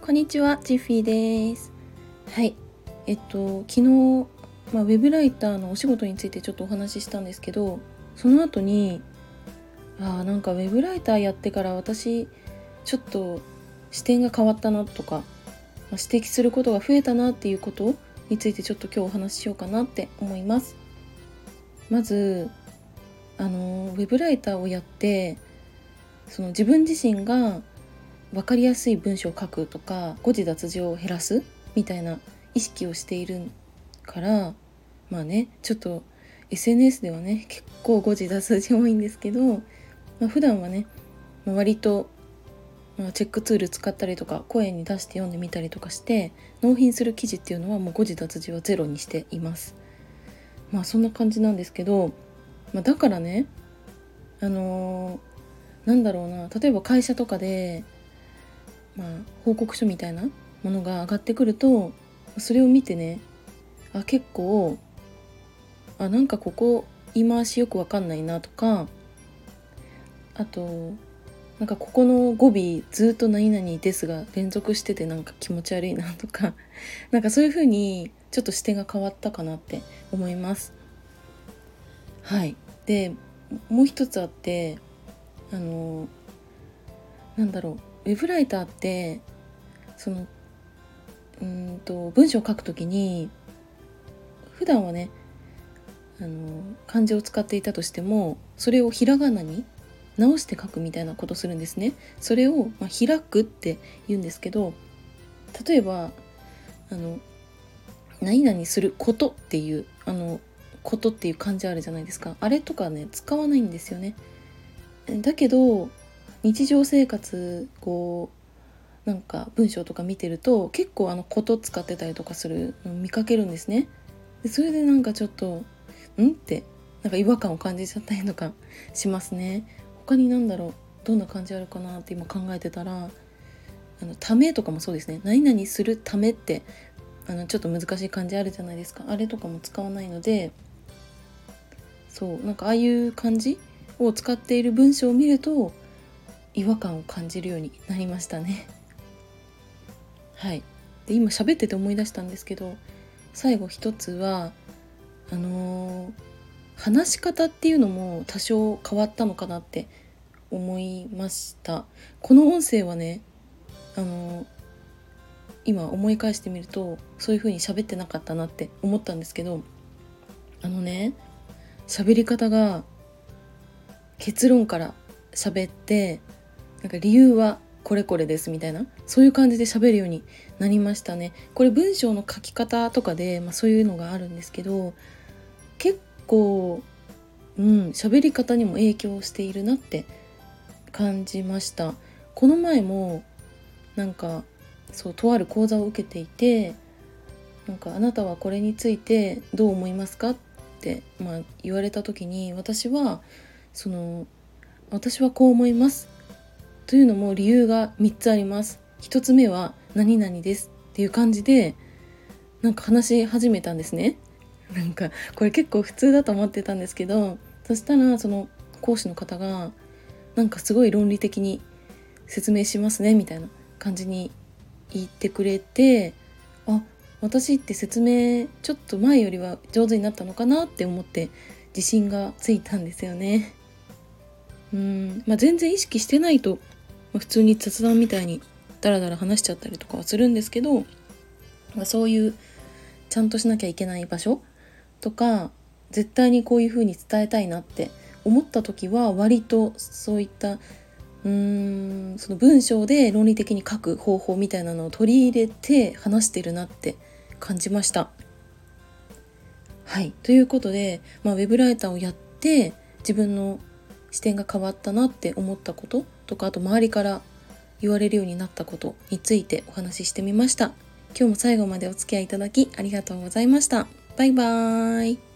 こんにちは、ジッフィーです。はい、昨日、ウェブライターのお仕事についてちょっとお話ししたんですけど、その後になんかウェブライターやってから私ちょっと視点が変わったなとか、指摘することが増えたなっていうことについてちょっと今日お話ししようかなって思います。まずウェブライターをやって、その自分自身が分かりやすい文章を書くとか誤字脱字を減らすみたいな意識をしているから、ちょっと SNS ではね結構誤字脱字多いんですけど、普段はね、割と、チェックツール使ったりとか声に出して読んでみたりとかして納品する記事っていうのはもう誤字脱字はゼロにしています。そんな感じなんですけど、だからね、例えば会社とかで報告書みたいなものが上がってくると、それを見てね、結構なんかここ言い回しよくわかんないなとか、あとなんかここの語尾ずっと何々ですが連続しててなんか気持ち悪いなとかなんかそういう風にちょっと視点が変わったかなって思います。はい。でもう一つあって、ウェブライターってその文章を書くときに普段はね漢字を使っていたとしてもそれをひらがなに直して書くみたいなことするんですね。それを、開くって言うんですけど、例えば何々することっていうことっていう漢字あるじゃないですか。あれとかね使わないんですよね。だけど日常生活なんか文章とか見てると結構こと使ってたりとかするのを見かけるんですね。でそれでなんかちょっとってなんか違和感を感じちゃったりとかしますね。他にどんな感じあるかなって今考えてたら、ためとかもそうですね。何々するためってちょっと難しい漢字あるじゃないですか。あれとかも使わないので、なんかああいう漢字を使っている文章を見ると違和感を感じるようになりましたね。はい。で今喋ってて思い出したんですけど、最後一つは話し方っていうのも多少変わったのかなって思いました。この音声はね、今思い返してみるとそういう風に喋ってなかったなって思ったんですけど、喋り方が結論から喋って、なんか理由はこれこれですみたいな、そういう感じで喋るようになりましたね。これ文章の書き方とかで、そういうのがあるんですけど、結構喋り方にも影響しているなって感じました。この前もとある講座を受けていて、あなたはこれについてどう思いますかって、言われた時に私はこう思いますというのも理由が3つあります。1つ目は何々ですっていう感じで話し始めたんですね。これ結構普通だと思ってたんですけど、そしたらその講師の方がすごい論理的に説明しますねみたいな感じに言ってくれて、私って説明ちょっと前よりは上手になったのかなって思って自信がついたんですよね。全然意識してないと、普通に雑談みたいにダラダラ話しちゃったりとかはするんですけど、そういうちゃんとしなきゃいけない場所とか絶対にこういう風に伝えたいなって思った時は割とそういったその文章で論理的に書く方法みたいなのを取り入れて話してるなって感じました。はい、ということで、ウェブライターをやって自分の視点が変わったなって思ったこととか、あと周りから言われるようになったことについてお話ししてみました。今日も最後までお付き合いいただきありがとうございました。バイバーイ。